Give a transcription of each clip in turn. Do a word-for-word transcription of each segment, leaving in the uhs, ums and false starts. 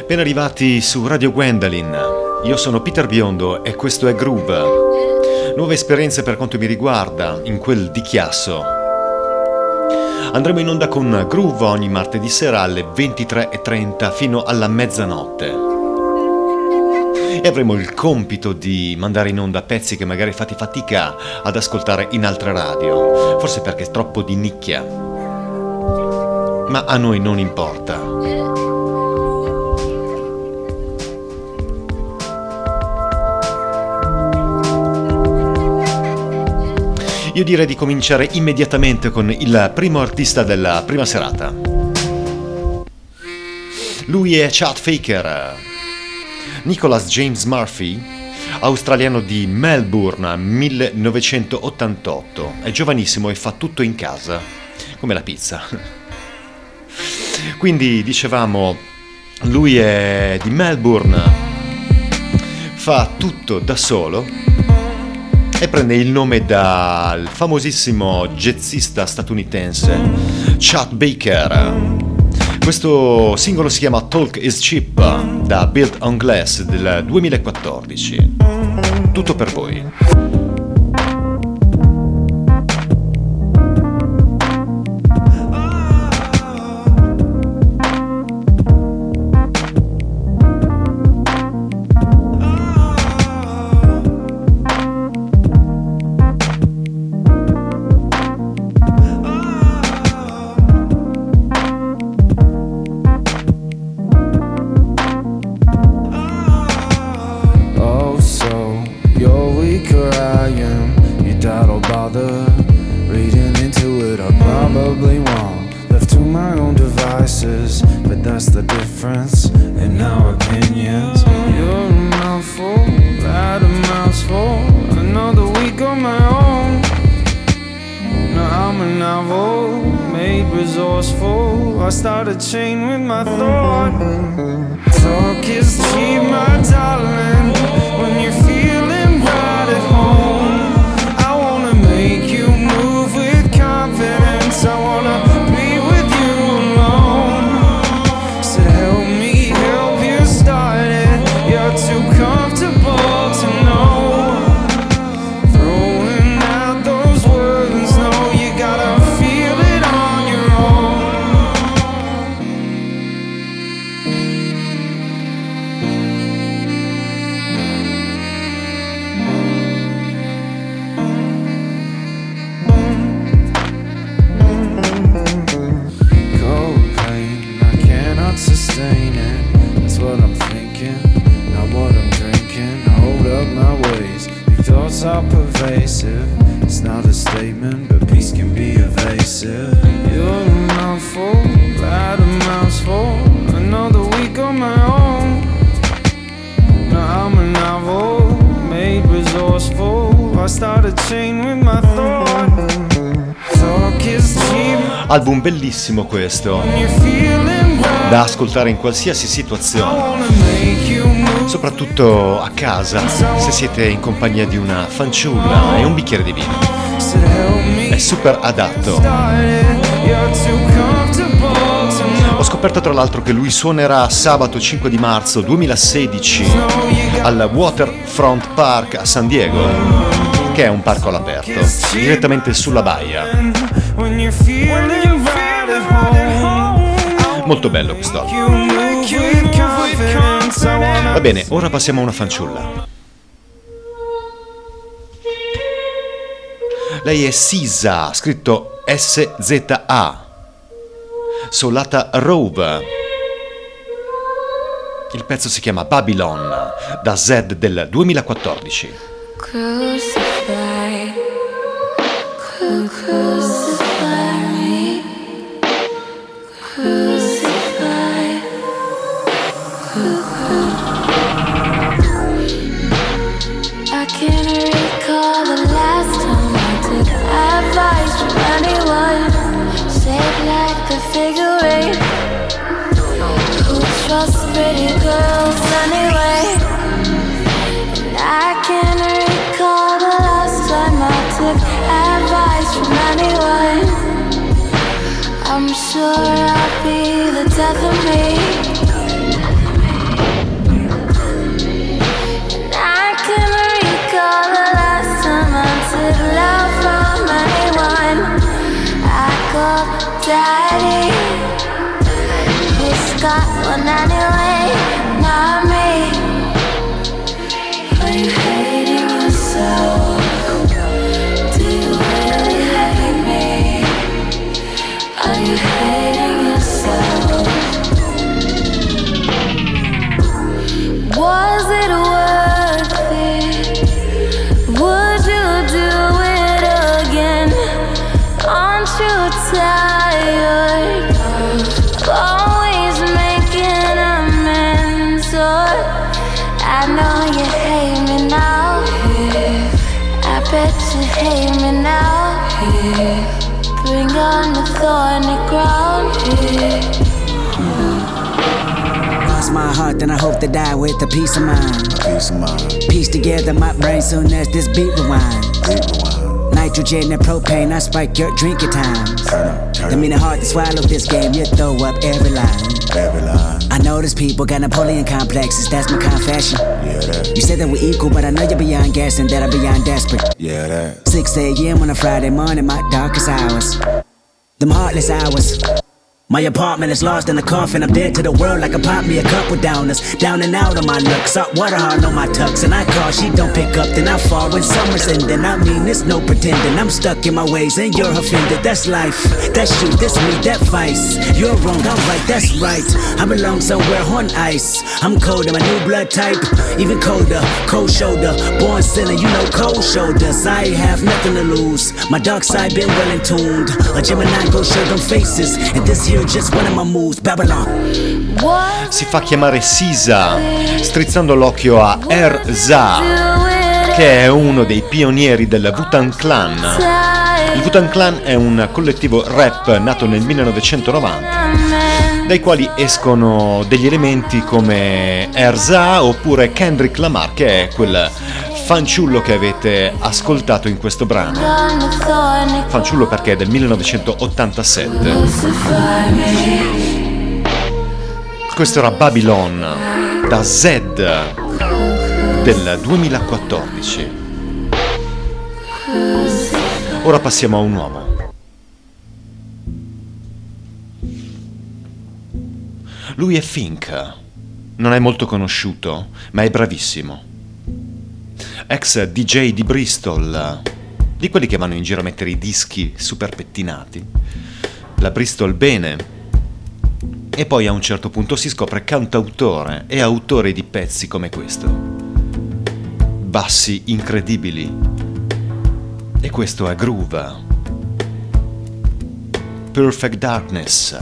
Ben arrivati su Radio Gwendolyn. Io sono Peter Biondo e questo è Groove. Nuove esperienze per quanto mi riguarda in quel di Chiasso. Andremo in onda con Groove ogni martedì sera alle ventitré e trenta fino alla mezzanotte. E avremo il compito di mandare in onda pezzi che magari fate fatica ad ascoltare in altre radio, forse perché è troppo di nicchia. Ma a noi non importa. Io direi di cominciare immediatamente con il primo artista della prima serata. Lui è Chad Faker, Nicholas James Murphy, australiano di Melbourne, millenovecentottantotto. È giovanissimo e fa tutto in casa, come la pizza. Quindi, dicevamo, lui è di Melbourne, fa tutto da solo e prende il nome dal famosissimo jazzista statunitense Chet Baker. Questo singolo si chiama Talk is Cheap, da Built on Glass del duemilaquattordici. Tutto per voi. Album bellissimo questo, da ascoltare in qualsiasi situazione, soprattutto a casa, se siete in compagnia di una fanciulla e un bicchiere di vino. È super adatto. Ho scoperto tra l'altro che lui suonerà sabato cinque di marzo duemilasedici al Waterfront Park a San Diego, che è un parco all'aperto, direttamente sulla baia. Molto bello questo. Va bene, ora passiamo a una fanciulla. Lei è Sisa, scritto S Z A, Solata Rove. Il pezzo si chiama Babylon, da Zed del duemilaquattordici. Crucify, crucify me, crucify, I can't recall the last time I took advice from anyone, shaped like a figure eight. Who trusts pretty girls anyway? And I can't recall the last time I took advice from anyone. I'm sure I'll be the death of me. for daddy. Who's got one anyway? Not me. Are you hating yourself? Do you really hate me? Are you hating yourself? Was it worth it? Would you do it again? Aren't you tired of always making amends? Or I know you hate me now. I bet you hate me now. Bring on the thorny ground. Lost my heart, then I hope to die with a peace of mind. Peace of mind. Piece together my brain soon as this beat rewind. Beat rewind. Nitrogen and propane, I spike your drinking times. Turn up, turn That mean it hard to swallow this game, you throw up every line. Every line. I know there's people got Napoleon complexes, that's my confession. Yeah, that. You said that we're equal, but I know you're beyond gas and that I'm beyond desperate. Yeah, that. six a.m. on a Friday morning, my darkest hours. Them heartless hours. My apartment is lost in a coffin. I'm dead to the world like I popped me a couple downers. Down and out on my luck, salt water hard on my tux. And I call, she don't pick up, then I fall when summer's ending. I mean, it's no pretending. I'm stuck in my ways and you're offended. That's life, that's you, that's me, that vice. You're wrong, I'm right, that's right. I belong somewhere on ice. I'm colder, my new blood type, even colder. Cold shoulder, born sinner, you know cold shoulders. I have nothing to lose. My dark side been well in tuned. A Gemini go show them faces. And this here just one of my moves, Babylon. Si fa chiamare Sisa, strizzando l'occhio a Erza, che è uno dei pionieri del Wu-Tang Clan. Il Wu-Tang Clan è un collettivo rap nato nel millenovecentonovanta, dai quali escono degli elementi come Erza oppure Kendrick Lamar, che è quel fanciullo che avete ascoltato in questo brano. Fanciullo perché è del millenovecentottantasette. Questo era Babylon da Zed del duemilaquattordici. Ora passiamo a un uomo. Lui è Fink. Non è molto conosciuto, ma è bravissimo. Ex D J di Bristol, di quelli che vanno in giro a mettere i dischi super pettinati. La Bristol bene. E poi a un certo punto si scopre cantautore e autore di pezzi come questo. Bassi incredibili. E questo è Groove. Perfect Darkness.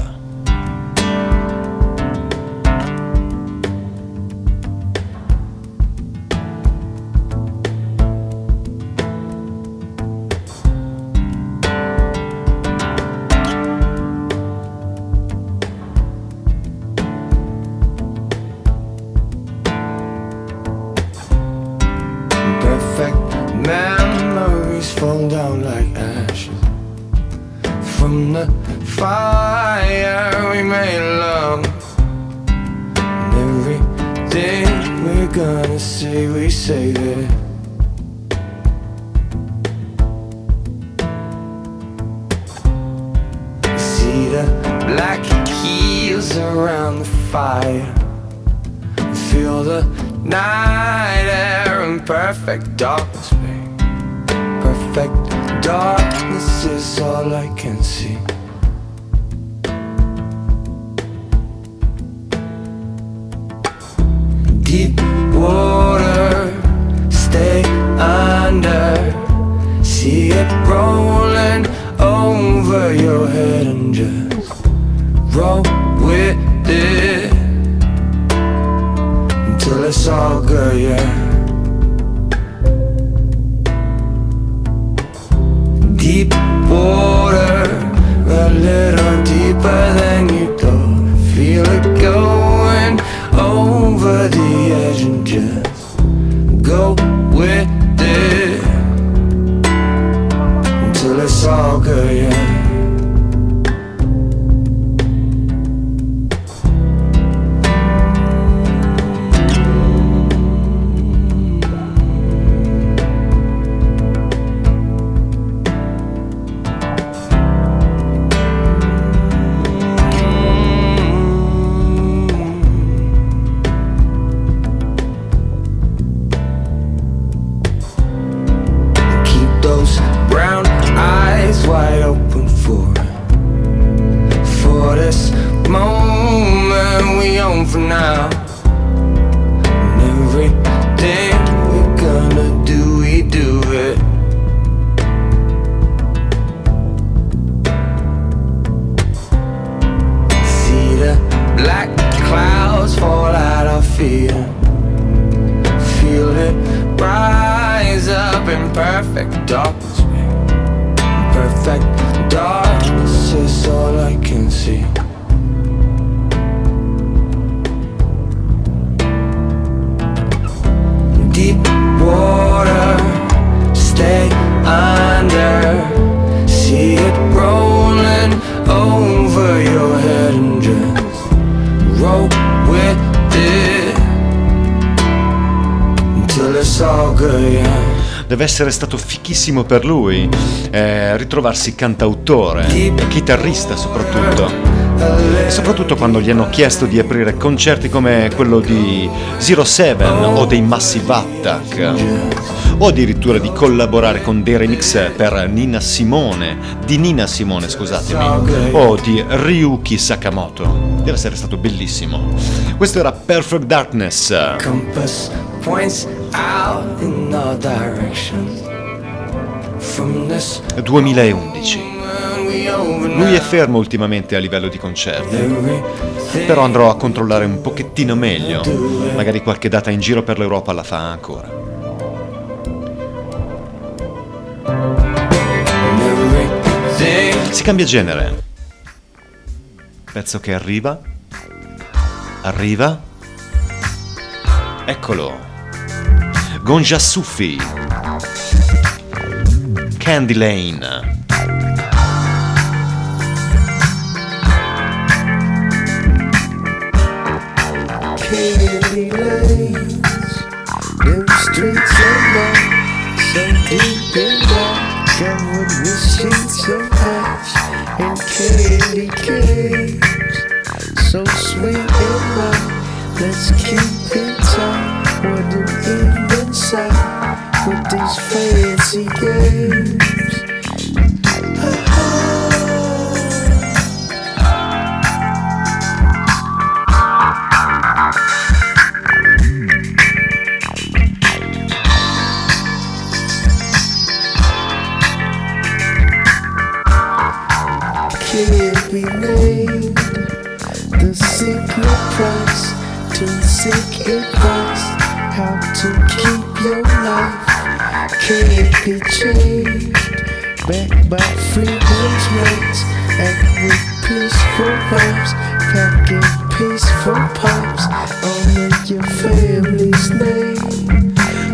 for now. And everything we're gonna do, we do it. See the black clouds fall out of fear. Feel it rise up in perfect darkness. Perfect darkness is all I can see. Deep water, stay under. See it rolling over your head and just roll with it until it's all good, yeah. Deve essere stato fichissimo per lui eh, ritrovarsi cantautore e chitarrista soprattutto, e soprattutto quando gli hanno chiesto di aprire concerti come quello di Zero Seven o dei Massive Attack, o addirittura di collaborare con dei remix per Nina Simone, di Nina Simone scusatemi, o di Ryuki Sakamoto. Deve essere stato bellissimo. Questo era Perfect Darkness. Compass points out in all directions. From this duemilaundici. Lui è fermo ultimamente a livello di concerti, però andrò a controllare un pochettino meglio. Magari qualche data in giro per l'Europa la fa ancora. Si cambia genere. Pezzo che arriva. Arriva. Eccolo. Gonja Sufi. Candy Lane. Candy lanes, them streets of mine, so deep and dark, covered with sheets of ash and candy canes, so sweet and light. Let's keep it tight, what do we inside with these fancy games? Can't be named the secret price to seek advice how to keep your life. Can't be changed back by freedom's rights. Act with peaceful vibes, packing peaceful pipes. Honor your family's name.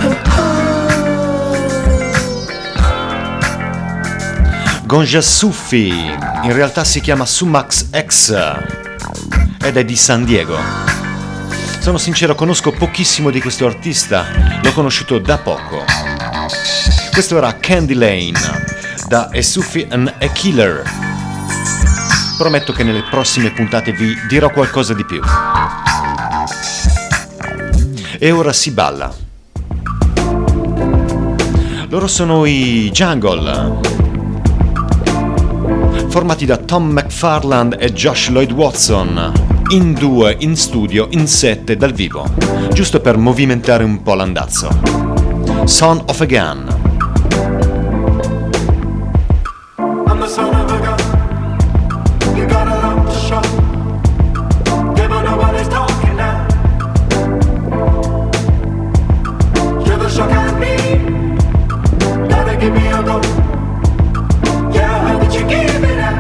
Gonja Sufi, in realtà si chiama Sumax X ed è di San Diego. Sono sincero, conosco pochissimo di questo artista, l'ho conosciuto da poco. Questo era Candy Lane, da A Sufi and a Killer. Prometto che nelle prossime puntate vi dirò qualcosa di più. E ora si balla. Loro sono i Jungle, formati da Tom McFarland e Josh Lloyd Watson, in due, in studio, in sette, dal vivo, giusto per movimentare un po' l'andazzo. Son of a Gun. I'm the son of a gun. You got a lot to show. Yeah, but nobody's talking now. You're the shock I need. Gotta give me a go. Yeah, how did you give it up?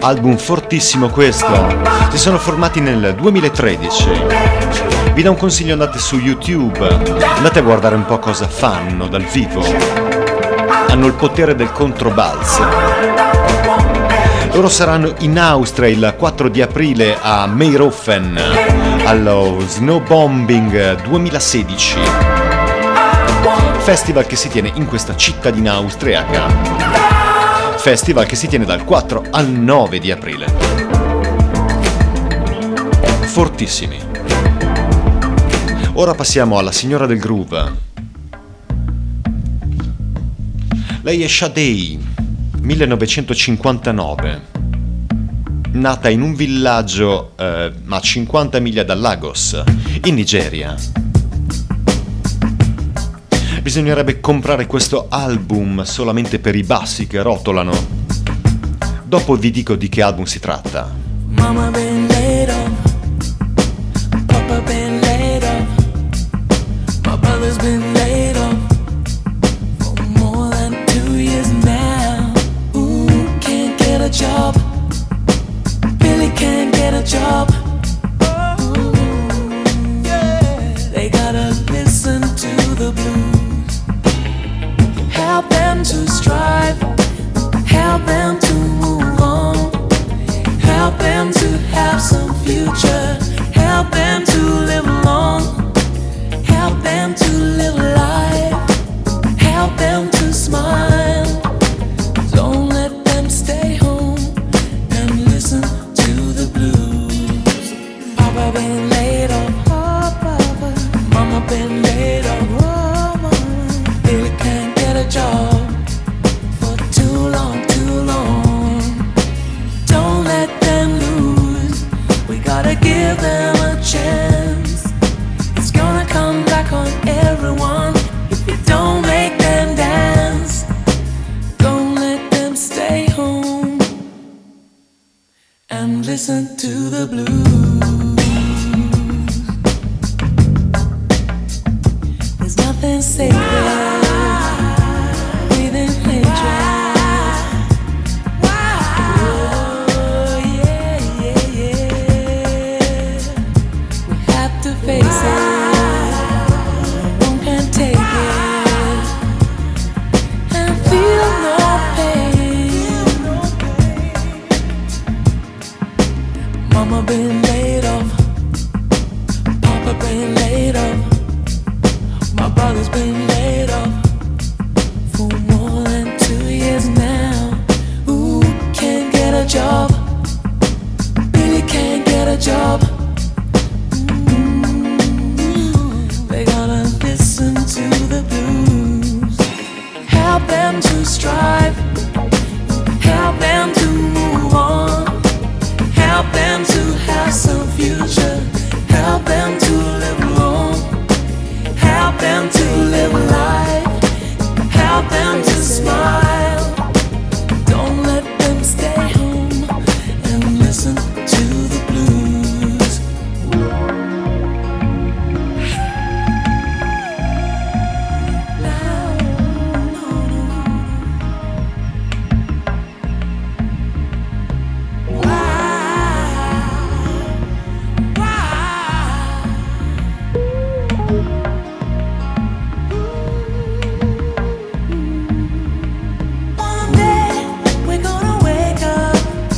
album fortissimo questo. Si sono formati nel duemilatredici. Vi do un consiglio, andate su YouTube, andate a guardare un po' cosa fanno dal vivo. Hanno il potere del controbalzo. Loro saranno in Austria il quattro di aprile a Meyrofen allo Snowbombing duemilasedici, festival che si tiene in questa cittadina austriaca, festival che si tiene dal quattro al nove di aprile. Fortissimi. Ora passiamo alla signora del groove. Lei è Sade, millenovecentocinquantanove, nata in un villaggio eh, a cinquanta miglia da Lagos, in Nigeria. Bisognerebbe comprare questo album solamente per i bassi che rotolano. Dopo vi dico di che album si tratta. Mama been laid off, Papa been laid off, my brother's been laid off for more than two years now. Ooh, can't get a job, Billy can't get a job. Ooh, yeah. They gotta listen to the blues. Help them to strive, help them to move on, help them to have some future, help them to live long, help them to live life, help them to smile. Don't let them stay home and listen to the blues. Papa been laid off, oh, Papa. Mama been laid off, oh, Mama. Billy can't get a job for too long, too long. Don't let them lose, we gotta give them a chance. It's gonna come back on everyone if you don't make them dance. Don't let them stay home and listen to the blues. There's nothing sacred within hatred. Oh, yeah, yeah, yeah. We have to face it. No one can take it and feel no pain. Mama been laid off, Papa been laid off, my brother's been laid off for more than two years now. Ooh, can't get a job, Billy can't get a job. Mm, they gotta listen to the blues. Help them to strive, help them to move on, help them to have some future, help them to live long, help them to live life, help them to smile. Don't let them stay home and listen to the blues. One day we're gonna wake up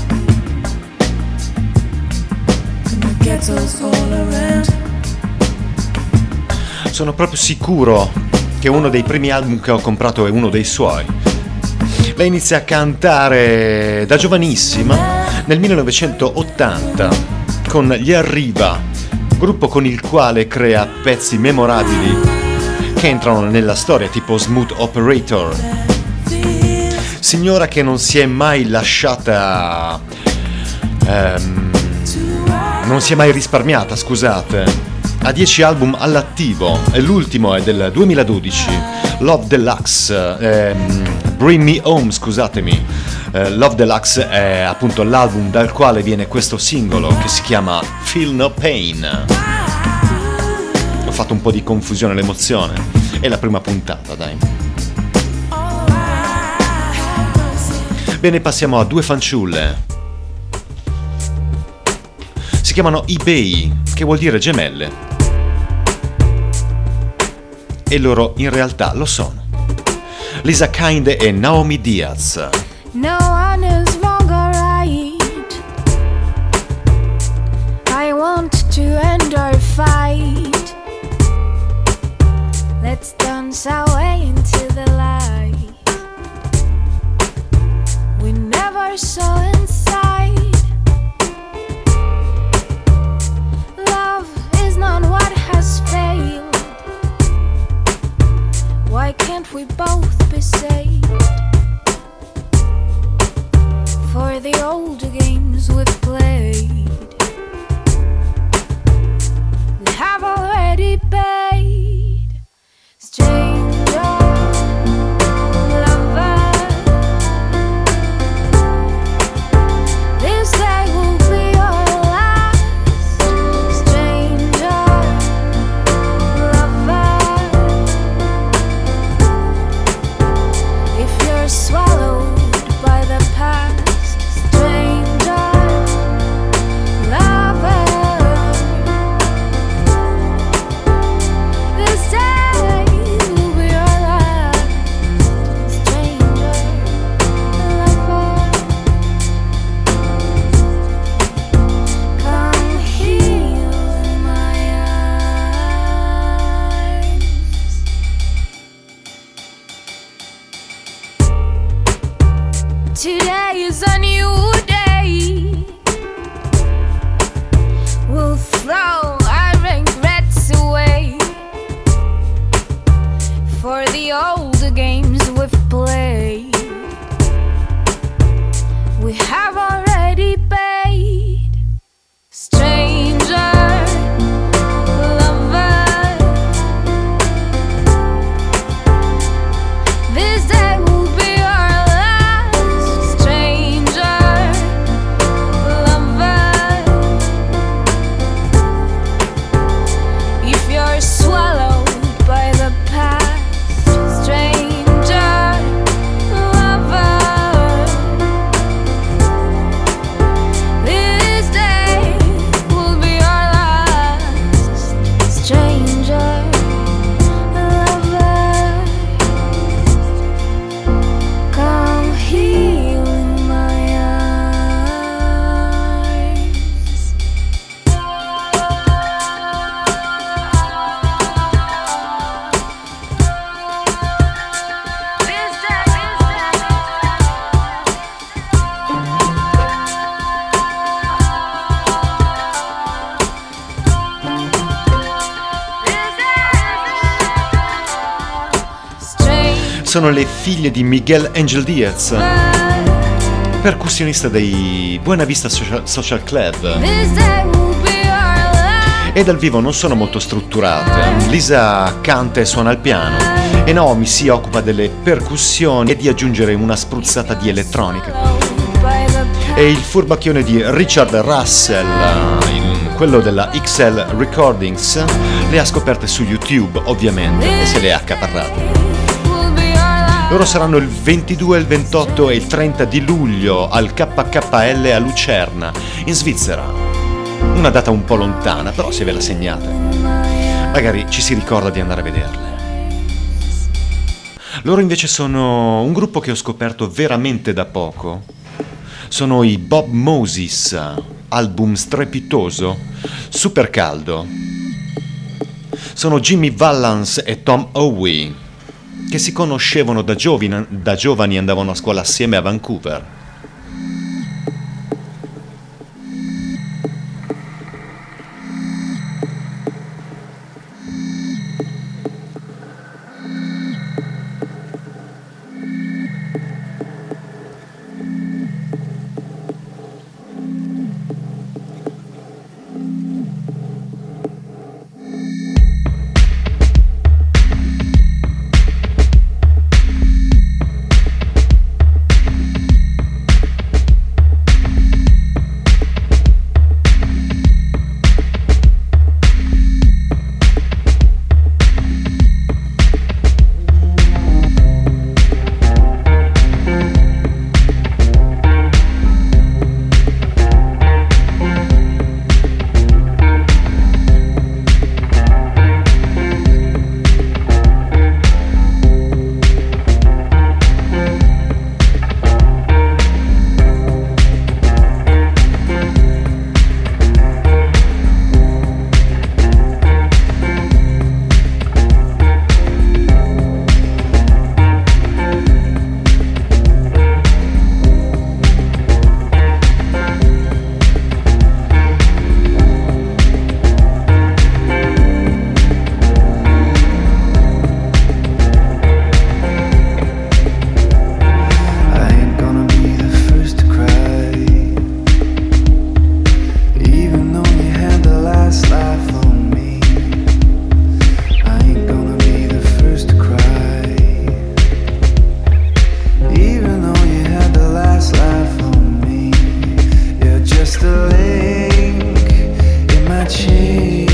and the ghettos all around. Sono proprio sicuro che uno dei primi album che ho comprato è uno dei suoi. Lei inizia a cantare da giovanissima nel millenovecentottanta con Gli Arriva, gruppo con il quale crea pezzi memorabili che entrano nella storia, tipo Smooth Operator. Signora che non si è mai lasciata ehm, non si è mai risparmiata, scusate. Ha dieci album all'attivo e l'ultimo è del duemiladodici, Love Deluxe, ehm, Bring Me Home, scusatemi. Eh, Love Deluxe è appunto l'album dal quale viene questo singolo che si chiama Feel No Pain. Ho fatto un po' di confusione all'emozione. È la prima puntata, dai. Bene, passiamo a due fanciulle. Si chiamano eBay, che vuol dire gemelle. E loro in realtà lo sono. Lisa Kind e Naomi Diaz. No one is wrong or right. I want to end our fight. Let's dance our way into the light. We never saw inside. Love is not what has failed. Why can't we both be saved? For the old games we've played, we have already paid. Stranger, lover, this day will be your last. Stranger, lover, if you're swallowed by the past. Today is a new day. We'll throw our regrets away. For the old games we've played, we have already paid. Stranger, lover, this day will be our last. Stranger, lover, if you're swallowed by the past. Stranger, lover, this day will be our last. Stranger, lover, come heal in my arms. This day, Sono le figlie di Miguel Angel Diaz, percussionista dei Buena Vista Social, Social Club. this day will be our last. E dal vivo non sono molto strutturate. Lisa canta e suona il piano e Naomi si occupa delle percussioni e di aggiungere una spruzzata di elettronica. By the E il furbacchione di Richard Russell, il- quello della X L Recordings, le ha scoperte su YouTube ovviamente e se le ha accaparrate. will be our last. Loro saranno il ventidue, il ventotto e il trenta di luglio al K K L a Lucerna, in Svizzera. Una data un po' lontana, però se ve la segnate, magari ci si ricorda di andare a vederle. Loro invece sono un gruppo che ho scoperto veramente da poco. Sono i Bob Moses, album strepitoso, super caldo. Sono Jimmy Valance e Tom Howe, che si conoscevano da giovani, da giovani andavano a scuola assieme a Vancouver. just a link in my chain.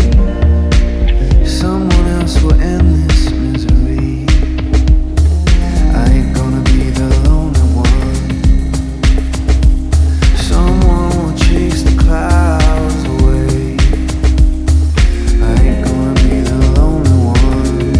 Someone else will end this misery. I ain't gonna be the lonely one. Someone will chase the clouds away. I ain't gonna be the lonely one.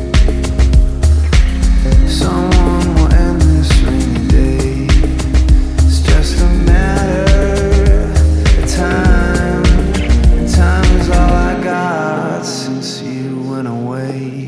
Someone will end this rainy day. It's just a matter of time. And time is all I got since you went away.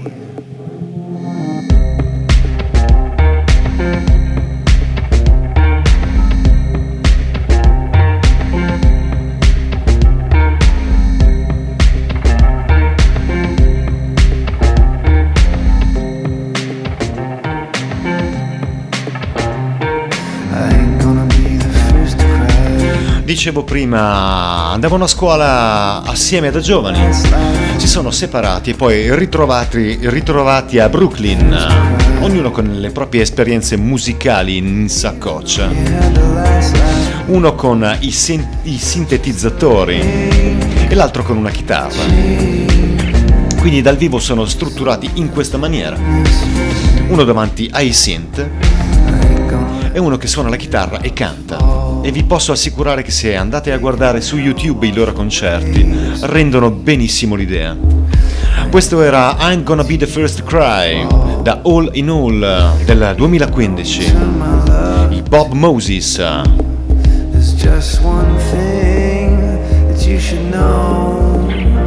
I ain't gonna be the first to cry. Dicevo prima, andavano a scuola assieme da giovani, si sono separati e poi ritrovati, ritrovati a Brooklyn, ognuno con le proprie esperienze musicali in saccoccia, uno con i, sin- i sintetizzatori e l'altro con una chitarra. Quindi dal vivo sono strutturati in questa maniera: uno davanti ai synth e uno che suona la chitarra e canta. E vi posso assicurare che se andate a guardare su YouTube i loro concerti rendono benissimo l'idea. Questo era I'm Gonna Be the First to Cry da All in All del duemilaquindici, i Bob Moses. There's just one thing that you should know.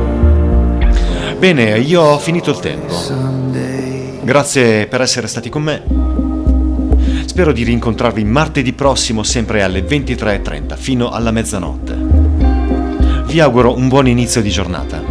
Bene, io ho finito il tempo. Someday Grazie per essere stati con me. Spero di rincontrarvi martedì prossimo sempre alle ventitré e trenta fino alla mezzanotte. Vi auguro un buon inizio di giornata.